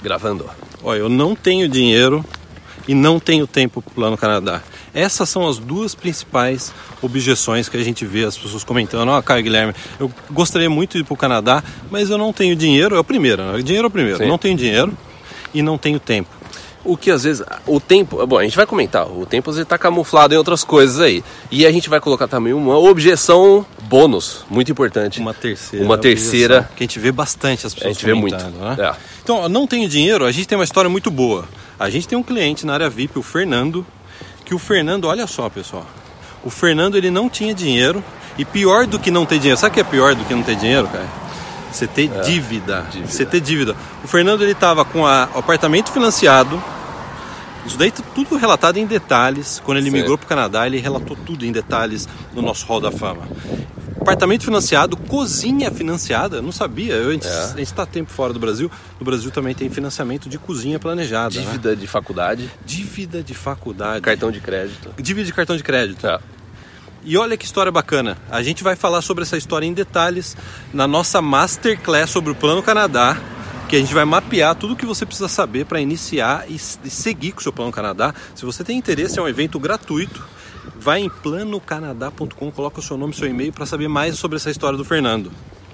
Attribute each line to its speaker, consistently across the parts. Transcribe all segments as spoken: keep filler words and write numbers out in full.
Speaker 1: Gravando.
Speaker 2: Olha, eu não tenho dinheiro e não tenho tempo para o Plano Canadá. Essas são as duas principais objeções que a gente vê as pessoas comentando. Ó, oh, Caio Guilherme, eu gostaria muito de ir para o Canadá, mas eu não tenho dinheiro. É o primeiro, né? Dinheiro é o primeiro. Sim. Não tenho dinheiro e não tenho tempo.
Speaker 1: O que às vezes, o tempo, bom, a gente vai comentar, o tempo às vezes está camuflado em outras coisas aí. E a gente vai colocar também uma objeção bônus, muito importante.
Speaker 2: Uma terceira.
Speaker 1: Uma terceira.
Speaker 2: Que a gente vê bastante as pessoas
Speaker 1: a gente vê muito.
Speaker 2: Né?
Speaker 1: É.
Speaker 2: Então, ó, não tenho dinheiro, a gente tem uma história muito boa. A gente tem um cliente na área V I P, o Fernando, que o Fernando, olha só, pessoal. O Fernando, ele não tinha dinheiro e pior do que não ter dinheiro. Sabe o que é pior do que não ter dinheiro, cara? Você ter é, dívida. dívida. Você ter dívida. O Fernando, ele estava com a, o apartamento financiado. Isso daí tudo relatado em detalhes. Quando ele Sim. migrou para o Canadá, ele relatou tudo em detalhes no nosso Hall da Fama. Apartamento financiado, cozinha financiada, não sabia. Eu, a gente está é. tempo fora do Brasil. No Brasil também tem financiamento de cozinha planejada.
Speaker 1: Dívida né? de faculdade.
Speaker 2: Dívida de faculdade.
Speaker 1: Cartão de crédito.
Speaker 2: Dívida de cartão de crédito.
Speaker 1: É.
Speaker 2: E olha que história bacana. A gente vai falar sobre essa história em detalhes na nossa Masterclass sobre o Plano Canadá, que a gente vai mapear tudo o que você precisa saber para iniciar e seguir com o seu Plano Canadá. Se você tem interesse, é um evento gratuito. Vai em plano canadá ponto com, coloca o seu nome e seu e-mail para saber mais sobre essa história do Fernando.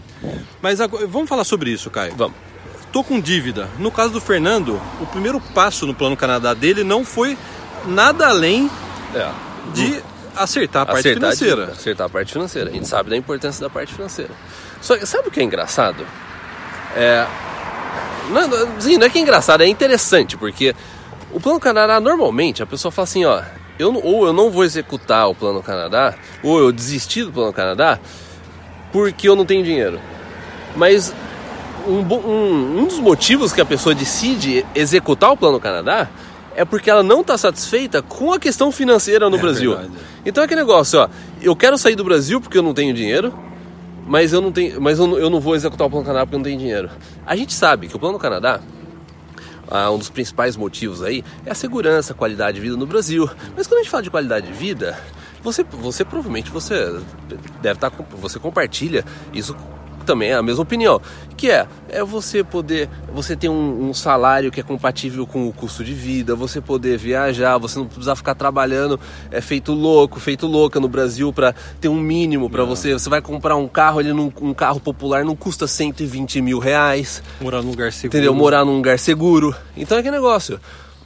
Speaker 2: Mas agora, vamos falar sobre isso, Caio.
Speaker 1: Vamos.
Speaker 2: Tô com dívida. No caso do Fernando, o primeiro passo no Plano Canadá dele não foi nada além
Speaker 1: é.
Speaker 2: de acertar a parte
Speaker 1: acertar
Speaker 2: financeira.
Speaker 1: De, acertar a parte financeira. A gente sabe da importância da parte financeira. Só que sabe o que é engraçado? É... Não, sim, não é que é engraçado, é interessante, porque o Plano Canadá, normalmente, a pessoa fala assim, ó, eu, ou eu não vou executar o Plano Canadá, ou eu desisti do Plano Canadá, porque eu não tenho dinheiro. Mas um, um, um dos motivos que a pessoa decide executar o Plano Canadá é porque ela não está satisfeita com a questão financeira no é Brasil. Verdade. Então é aquele negócio, ó, eu quero sair do Brasil porque eu não tenho dinheiro, mas eu não tenho, mas eu não, eu não vou executar o Plano Canadá porque eu não tenho dinheiro. A gente sabe que o Plano Canadá, ah, um dos principais motivos aí é a segurança, a qualidade de vida no Brasil. Mas quando a gente fala de qualidade de vida, você, você provavelmente você deve estar, você compartilha isso também, é a mesma opinião, que é, é você poder, você ter um, um salário que é compatível com o custo de vida, você poder viajar, você não precisar ficar trabalhando é, feito louco, feito louca no Brasil para ter um mínimo para você, você vai comprar um carro, ele num, um carro popular não custa cento e vinte mil reais.
Speaker 2: Morar num lugar seguro.
Speaker 1: Entendeu? Morar num lugar seguro. Então é que negócio.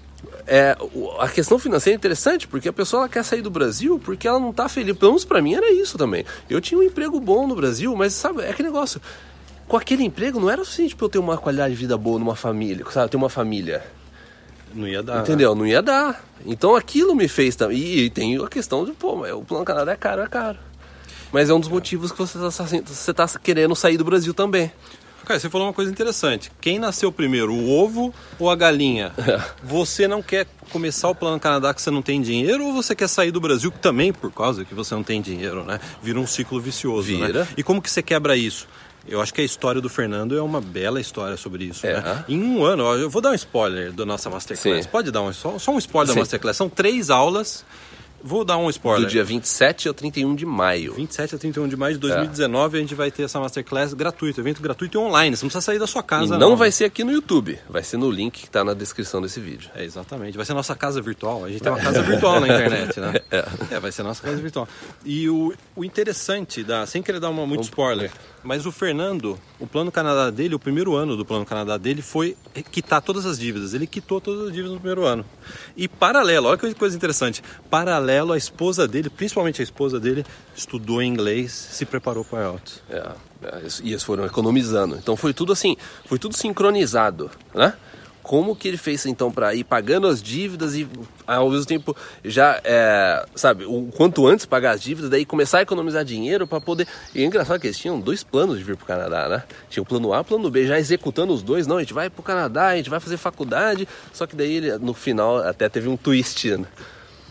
Speaker 1: É, a questão financeira é interessante porque a pessoa ela quer sair do Brasil porque ela não está feliz. Pelo menos para mim era isso também. Eu tinha um emprego bom no Brasil, mas sabe, é que negócio. Com aquele emprego não era o suficiente para eu ter uma qualidade de vida boa numa família, sabe, ter uma família.
Speaker 2: Não ia dar.
Speaker 1: Entendeu? Não ia dar. Então aquilo me fez também. E, e tem a questão de, pô, o Plano Canadá é caro, é caro. Mas é um dos motivos que você está você tá querendo sair do Brasil também.
Speaker 2: Cara, você falou uma coisa interessante. Quem nasceu primeiro, o ovo ou a galinha? Você não quer começar o Plano Canadá que você não tem dinheiro ou você quer sair do Brasil que também por causa que você não tem dinheiro, né? Vira um ciclo vicioso,
Speaker 1: Vira.
Speaker 2: Né? E como que você quebra isso? Eu acho que a história do Fernando é uma bela história sobre isso,
Speaker 1: é.
Speaker 2: né? Em um ano, ó, eu vou dar um spoiler da nossa Masterclass.
Speaker 1: Sim.
Speaker 2: Pode dar um, só, só um spoiler
Speaker 1: Sim.
Speaker 2: da Masterclass. São três aulas. Vou dar um spoiler.
Speaker 1: Do dia vinte e sete ao trinta e um de maio.
Speaker 2: vinte e sete a trinta e um de maio de dois mil e dezenove, é. A gente vai ter essa Masterclass gratuita, evento gratuito e online. Você não precisa sair da sua casa,
Speaker 1: e não.
Speaker 2: não
Speaker 1: vai ser aqui no YouTube, vai ser no link que está na descrição desse vídeo.
Speaker 2: É, exatamente. Vai ser nossa casa virtual. A gente tem uma casa virtual na internet, né? É. é, vai ser nossa casa virtual. E o, o interessante, da, sem querer dar uma, muito spoiler, mas o Fernando, o Plano Canadá dele, o primeiro ano do Plano Canadá dele foi quitar todas as dívidas. Ele quitou todas as dívidas no primeiro ano. E paralelo, olha que coisa interessante, paralelo, a esposa dele, principalmente a esposa dele, estudou inglês, se preparou para o I E L T S.
Speaker 1: É, é, e eles foram economizando. Então foi tudo assim, foi tudo sincronizado, né? Como que ele fez então para ir pagando as dívidas e ao mesmo tempo já, é, sabe, o quanto antes pagar as dívidas, daí começar a economizar dinheiro para poder... E é engraçado que eles tinham dois planos de vir pro Canadá, né? Tinha o plano A e o plano B, já executando os dois. Não, a gente vai pro Canadá, a gente vai fazer faculdade, só que daí ele, no final até teve um twist, né?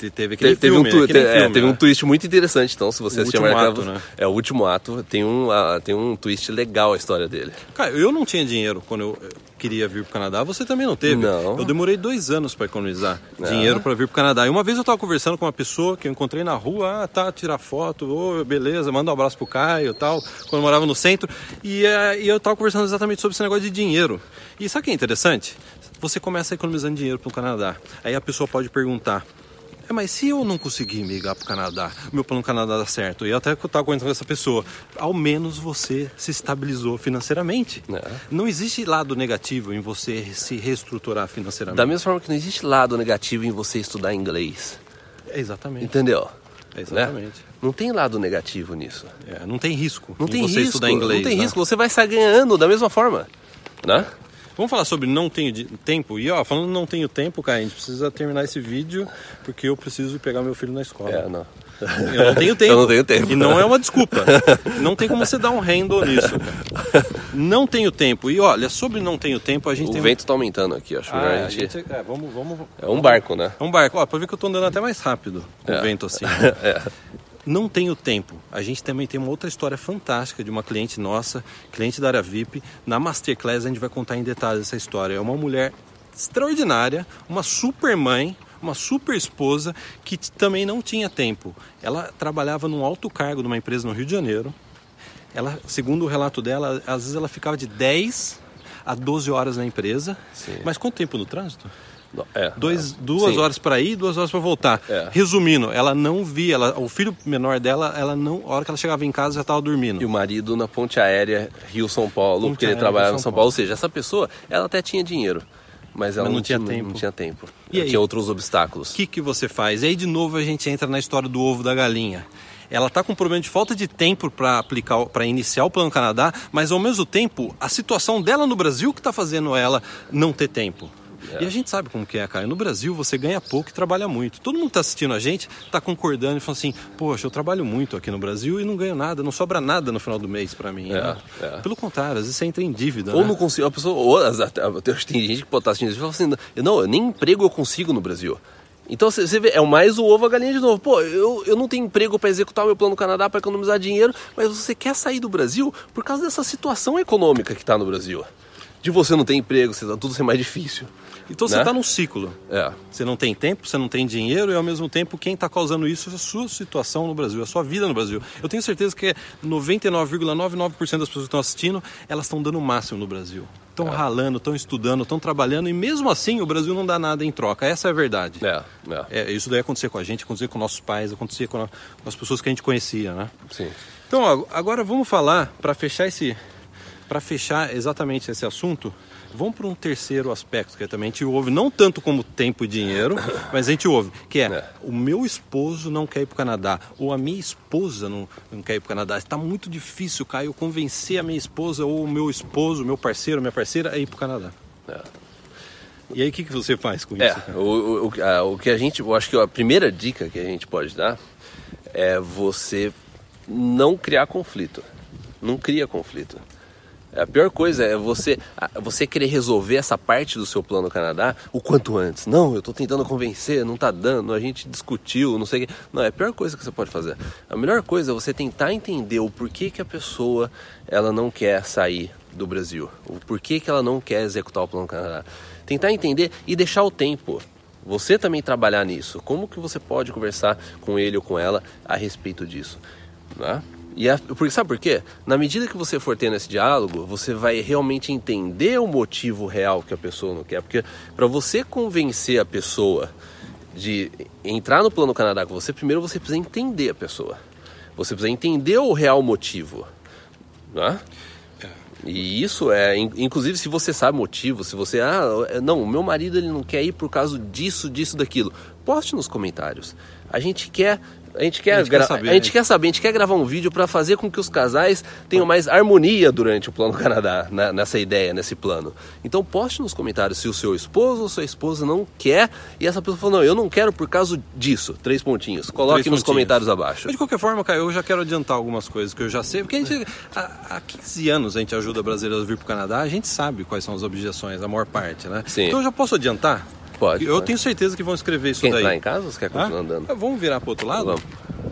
Speaker 2: teve aquele
Speaker 1: teve,
Speaker 2: filme,
Speaker 1: um tu,
Speaker 2: aquele
Speaker 1: te,
Speaker 2: filme,
Speaker 1: é, teve
Speaker 2: né?
Speaker 1: um twist muito interessante, então, se você assistir a Marca,
Speaker 2: ato, né?
Speaker 1: é o último ato, tem um, uh, tem um twist legal a história dele.
Speaker 2: Cara, eu não tinha dinheiro quando eu queria vir pro Canadá, você também não teve.
Speaker 1: Não.
Speaker 2: Eu demorei dois anos para economizar
Speaker 1: Ah.
Speaker 2: dinheiro para vir pro Canadá. E uma vez eu tava conversando com uma pessoa que eu encontrei na rua, ah, tá, tirar foto, oh, beleza, manda um abraço pro Caio e tal, quando eu morava no centro. E, uh, e eu tava conversando exatamente sobre esse negócio de dinheiro. E sabe o que é interessante? Você começa economizando dinheiro pro Canadá. Aí a pessoa pode perguntar, é, mas se eu não conseguir migrar pro Canadá, meu plano no Canadá dá certo. E eu até estava conversando com essa pessoa, ao menos você se estabilizou financeiramente.
Speaker 1: É.
Speaker 2: Não existe lado negativo em você se reestruturar financeiramente.
Speaker 1: Da mesma forma que não existe lado negativo em você estudar inglês.
Speaker 2: É exatamente.
Speaker 1: Entendeu?
Speaker 2: É exatamente.
Speaker 1: Né? Não tem lado negativo nisso.
Speaker 2: É, não tem risco
Speaker 1: Não
Speaker 2: em
Speaker 1: tem
Speaker 2: você
Speaker 1: risco,
Speaker 2: estudar inglês.
Speaker 1: não tem
Speaker 2: né?
Speaker 1: risco, você vai estar ganhando da mesma forma, né?
Speaker 2: Vamos falar sobre não tenho de- tempo. E ó, falando não tenho tempo, cara, a gente precisa terminar esse vídeo porque eu preciso pegar meu filho na escola.
Speaker 1: É, não.
Speaker 2: Eu não tenho tempo.
Speaker 1: Eu não tenho tempo.
Speaker 2: E não é uma desculpa. Não tem como você dar um handle nisso. Cara. Não tenho tempo. E olha, sobre não tenho tempo, a gente
Speaker 1: O
Speaker 2: tem...
Speaker 1: vento tá aumentando aqui, acho.
Speaker 2: Ah,
Speaker 1: melhor
Speaker 2: é,
Speaker 1: a
Speaker 2: a
Speaker 1: gente...
Speaker 2: gente... é, vamos, vamos...
Speaker 1: É um barco, né?
Speaker 2: É um barco. Ó, pra ver que eu tô andando até mais rápido com
Speaker 1: É.
Speaker 2: o vento assim.
Speaker 1: É.
Speaker 2: Não tenho tempo. A gente também tem uma outra história fantástica de uma cliente nossa, cliente da área V I P. Na Masterclass a gente vai contar em detalhes essa história. É uma mulher extraordinária, uma super mãe, uma super esposa que t- também não tinha tempo. Ela trabalhava num alto cargo numa empresa no Rio de Janeiro. Ela, segundo o relato dela, às vezes ela ficava de dez a doze horas na empresa.
Speaker 1: Sim.
Speaker 2: Mas quanto tempo no trânsito?
Speaker 1: Não, é.
Speaker 2: Dois,
Speaker 1: É.
Speaker 2: duas
Speaker 1: Sim.
Speaker 2: horas para ir, duas horas para voltar.
Speaker 1: É.
Speaker 2: Resumindo, ela não via, ela, o filho menor dela, ela não, a hora que ela chegava em casa já estava dormindo.
Speaker 1: E o marido na ponte aérea Rio-São Paulo,
Speaker 2: Ponte
Speaker 1: porque ele
Speaker 2: aérea,
Speaker 1: trabalhava em
Speaker 2: Rio-São
Speaker 1: São Paulo. Ou seja, essa pessoa, ela até tinha dinheiro, mas ela
Speaker 2: Mas não
Speaker 1: não,
Speaker 2: tinha
Speaker 1: tinha,
Speaker 2: tempo.
Speaker 1: não tinha tempo.
Speaker 2: E
Speaker 1: Ela
Speaker 2: aí?
Speaker 1: tinha outros obstáculos.
Speaker 2: O que, que você faz? E aí de novo a gente entra na história do ovo da galinha. Ela está com um problema de falta de tempo para aplicar, para iniciar o Plano Canadá, mas ao mesmo tempo a situação dela no Brasil que está fazendo ela não ter tempo.
Speaker 1: É.
Speaker 2: E a gente sabe como que é, cara. No Brasil você ganha pouco e trabalha muito. Todo mundo está assistindo a gente, está concordando e falando assim, poxa, eu trabalho muito aqui no Brasil e não ganho nada, não sobra nada no final do mês para mim.
Speaker 1: É,
Speaker 2: né?
Speaker 1: é.
Speaker 2: Pelo contrário, às vezes você entra em dívida.
Speaker 1: Ou
Speaker 2: né?
Speaker 1: não consigo, a pessoa, ou as- até- até tem gente que pode estar assistindo isso e fala assim, não, nem emprego eu consigo no Brasil. Então você você vê, é o mais o ovo a galinha de novo. Pô, eu, eu não tenho emprego para executar o meu plano no Canadá, para economizar dinheiro, mas você quer sair do Brasil por causa dessa situação econômica que está no Brasil. De você não ter emprego, você- tudo ser mais difícil.
Speaker 2: Então você
Speaker 1: né?
Speaker 2: está num ciclo.
Speaker 1: É.
Speaker 2: Você não tem tempo, você não tem dinheiro e ao mesmo tempo quem está causando isso é a sua situação no Brasil, a sua vida no Brasil. Eu tenho certeza que noventa e nove vírgula noventa e nove por cento das pessoas que estão assistindo, elas estão dando o máximo no Brasil. Estão
Speaker 1: É.
Speaker 2: ralando, estão estudando, estão trabalhando e mesmo assim o Brasil não dá nada em troca. Essa é a verdade.
Speaker 1: É, é.
Speaker 2: É, isso daí acontecia com a gente, acontecia com nossos pais, acontecia com, a- com as pessoas que a gente conhecia, né?
Speaker 1: Sim.
Speaker 2: Então, ó, agora vamos falar, para fechar esse, para fechar exatamente esse assunto, vamos para um terceiro aspecto que também a gente ouve, não tanto como tempo e dinheiro, mas a gente ouve, que é,
Speaker 1: É.
Speaker 2: o meu esposo não quer ir para o Canadá, ou a minha esposa não, não quer ir para o Canadá. Está muito difícil, Caio, convencer a minha esposa ou o meu esposo, meu parceiro, minha parceira a ir para o Canadá.
Speaker 1: É.
Speaker 2: E aí, o que, que você faz com
Speaker 1: É,
Speaker 2: isso? cara?
Speaker 1: o, o, o- a- o que a gente, eu acho que a primeira dica que a gente pode dar é você não criar conflito. Não cria conflito. A pior coisa é você, a- você querer resolver essa parte do seu plano no Canadá o quanto antes. Não, eu tô tentando convencer, não tá dando, a gente discutiu, não sei o que. Não, é a pior coisa que você pode fazer. A melhor coisa é você tentar entender o porquê que a pessoa ela não quer sair do Brasil. O porquê que ela não quer executar o plano no Canadá. Tentar entender e deixar o tempo. Você também trabalhar nisso. Como que você pode conversar com ele ou com ela a respeito disso, né? E a, porque, sabe por quê? Na medida que você for tendo esse diálogo, você vai realmente entender o motivo real que a pessoa não quer. Porque para você convencer a pessoa de entrar no Plano Canadá com você, primeiro você precisa entender a pessoa. Você precisa entender o real motivo, né? E isso é, in- inclusive se você sabe o motivo, se você, ah, não, o meu marido ele não quer ir por causa disso, disso, daquilo, poste nos comentários. A gente quer, a gente quer,
Speaker 2: A gente quer
Speaker 1: gra-
Speaker 2: saber,
Speaker 1: a gente
Speaker 2: né?
Speaker 1: quer saber, a gente quer gravar um vídeo para fazer com que os casais tenham mais harmonia durante o Plano Canadá, na- nessa ideia, nesse plano. Então poste nos comentários se o seu esposo ou sua esposa não quer e essa pessoa falou, não, eu não quero por causa disso, três pontinhos. Coloque
Speaker 2: Três
Speaker 1: nos
Speaker 2: pontinhos.
Speaker 1: comentários abaixo.
Speaker 2: Mas de qualquer forma, Caio, eu já quero adiantar algumas coisas que eu já sei. Porque a gente, há, há quinze anos a gente ajuda brasileiros a vir para o Canadá, a gente sabe quais são as objeções, a maior parte, né?
Speaker 1: Sim.
Speaker 2: Então eu já posso adiantar
Speaker 1: Pode.
Speaker 2: Eu
Speaker 1: pode.
Speaker 2: tenho certeza que vão escrever isso
Speaker 1: Quer
Speaker 2: daí.
Speaker 1: entrar em casa ou você quer continuar
Speaker 2: Ah?
Speaker 1: andando?
Speaker 2: Vamos virar para o outro lado?
Speaker 1: Vamos.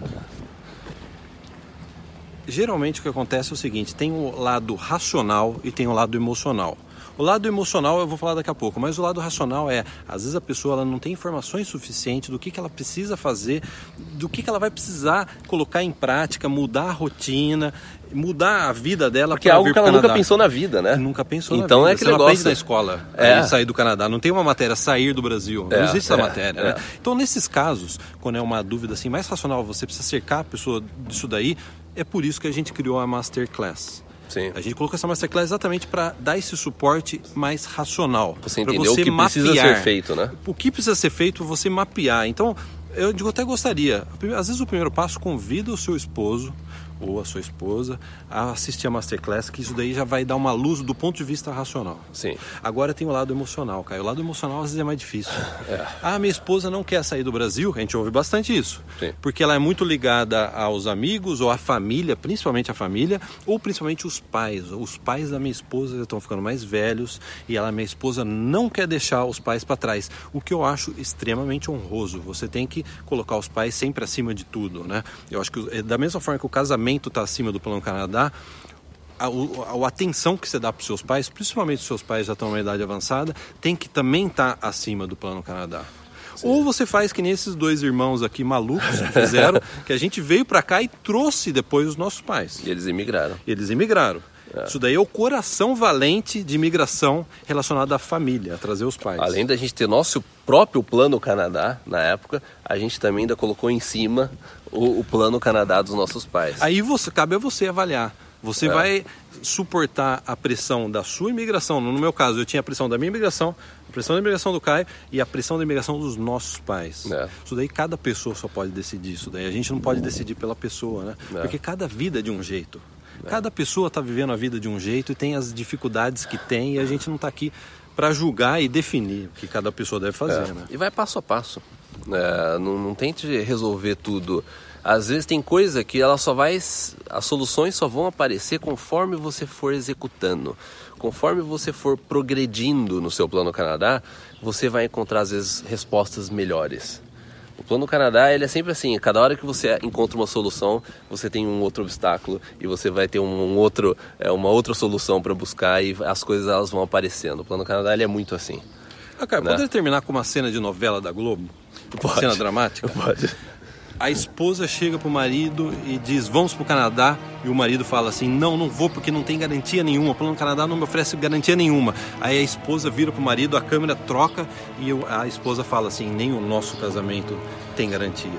Speaker 2: Geralmente o que acontece é o seguinte, tem o lado racional e tem o lado emocional. O lado emocional eu vou falar daqui a pouco, mas o lado racional é, às vezes a pessoa ela não tem informações suficientes do que, que ela precisa fazer, do que, que ela vai precisar colocar em prática, mudar a rotina, mudar a vida dela.
Speaker 1: Porque é algo que ela nunca pensou na vida, né?
Speaker 2: Nunca pensou
Speaker 1: então
Speaker 2: na vida.
Speaker 1: É que
Speaker 2: Você
Speaker 1: negócio...
Speaker 2: não aprende na escola
Speaker 1: é.
Speaker 2: a sair do Canadá. Não tem uma matéria sair do Brasil. Não
Speaker 1: é,
Speaker 2: existe
Speaker 1: é,
Speaker 2: essa matéria.
Speaker 1: É.
Speaker 2: Né? Então, nesses casos, quando é uma dúvida assim, mais racional, você precisa cercar a pessoa disso daí, é por isso que a gente criou a Masterclass.
Speaker 1: Sim.
Speaker 2: A gente colocou essa Masterclass exatamente para dar esse suporte mais racional.
Speaker 1: Você
Speaker 2: pra
Speaker 1: entendeu
Speaker 2: você
Speaker 1: o que
Speaker 2: mapear.
Speaker 1: precisa ser feito, né?
Speaker 2: O que precisa ser feito, você mapear. Então, eu digo, até gostaria. Às vezes o primeiro passo, convida o seu esposo ou a sua esposa a assistir a Masterclass, que isso daí já vai dar uma luz do ponto de vista racional.
Speaker 1: Sim.
Speaker 2: Agora tem o lado emocional, Caio. O lado emocional às vezes é mais difícil.
Speaker 1: É.
Speaker 2: Ah, minha esposa não quer sair do Brasil, a gente ouve bastante isso.
Speaker 1: Sim.
Speaker 2: Porque ela é muito ligada aos amigos ou à família, principalmente a família, ou principalmente os pais. Os pais da minha esposa já estão ficando mais velhos e ela, minha esposa, não quer deixar os pais para trás. O que eu acho extremamente honroso. Você tem que colocar os pais sempre acima de tudo, né? Eu acho que da mesma forma que o casamento está acima do Plano Canadá, a, a, a atenção que você dá para os seus pais, principalmente os seus pais já estão numa idade avançada, tem que também estar tá acima do Plano Canadá. Sim. Ou você faz que nem esses dois irmãos aqui malucos que fizeram, que a gente veio para cá e trouxe depois os nossos pais.
Speaker 1: E eles imigraram.
Speaker 2: E eles imigraram. É. Isso daí é o coração valente de imigração relacionado à família, a trazer os pais.
Speaker 1: Além da gente ter nosso próprio Plano Canadá, na época, a gente também ainda colocou em cima o, o Plano Canadá dos nossos pais.
Speaker 2: Aí você, cabe a você avaliar. Você
Speaker 1: é.
Speaker 2: vai suportar a pressão da sua imigração. No meu caso, eu tinha a pressão da minha imigração, a pressão da imigração do Caio e a pressão da imigração dos nossos pais.
Speaker 1: É.
Speaker 2: Isso daí cada pessoa só pode decidir isso daí. A gente não pode decidir pela pessoa, né? É. Porque cada vida é de um jeito. Cada pessoa está vivendo a vida de um jeito e tem as dificuldades que tem e a gente não está aqui para julgar e definir o que cada pessoa deve fazer.
Speaker 1: É.
Speaker 2: Né?
Speaker 1: E vai passo a passo. É, não, não tente resolver tudo. Às vezes tem coisa que ela só vai, as soluções só vão aparecer conforme você for executando. Conforme você for progredindo no seu Plano Canadá, você vai encontrar às vezes respostas melhores. O Plano Canadá, ele é sempre assim, cada hora que você encontra uma solução, você tem um outro obstáculo e você vai ter um outro, é, uma outra solução para buscar e as coisas elas vão aparecendo. O Plano Canadá, ele é muito assim.
Speaker 2: Ah, cara, né? Poderia terminar com uma cena de novela da Globo?
Speaker 1: Pode.
Speaker 2: Cena dramática?
Speaker 1: Pode.
Speaker 2: A esposa chega pro marido e diz, vamos pro Canadá, e o marido fala assim, não, não vou porque não tem garantia nenhuma, o Plano Canadá não me oferece garantia nenhuma. Aí a esposa vira pro marido, a câmera troca e a esposa fala assim, nem o nosso casamento tem garantias.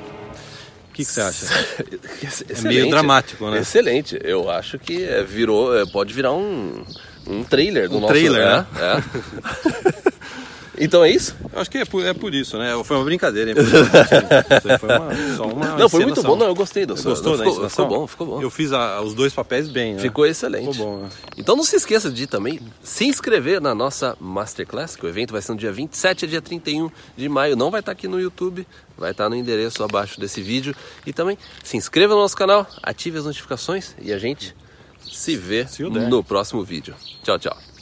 Speaker 2: O que, que você acha? É meio dramático, né?
Speaker 1: Excelente, eu acho que virou, pode virar um, um trailer do
Speaker 2: um
Speaker 1: nosso...
Speaker 2: trailer, né?
Speaker 1: É. Então é isso?
Speaker 2: Eu acho que é por, é por isso, né? Foi uma brincadeira, hein? Isso foi uma, só uma
Speaker 1: Não, foi muito bom, não, eu gostei do seu.
Speaker 2: Gostou
Speaker 1: não,
Speaker 2: da
Speaker 1: ficou, ficou bom, ficou bom.
Speaker 2: Eu fiz a, os dois papéis bem, né?
Speaker 1: Ficou excelente.
Speaker 2: Ficou bom, né?
Speaker 1: Então não se esqueça de também se inscrever na nossa Masterclass, que o evento vai ser no dia vinte e sete a dia trinta e um de maio. Não vai estar aqui no YouTube, vai estar no endereço abaixo desse vídeo. E também se inscreva no nosso canal, ative as notificações e a gente se vê
Speaker 2: se
Speaker 1: no próximo vídeo. Tchau, tchau.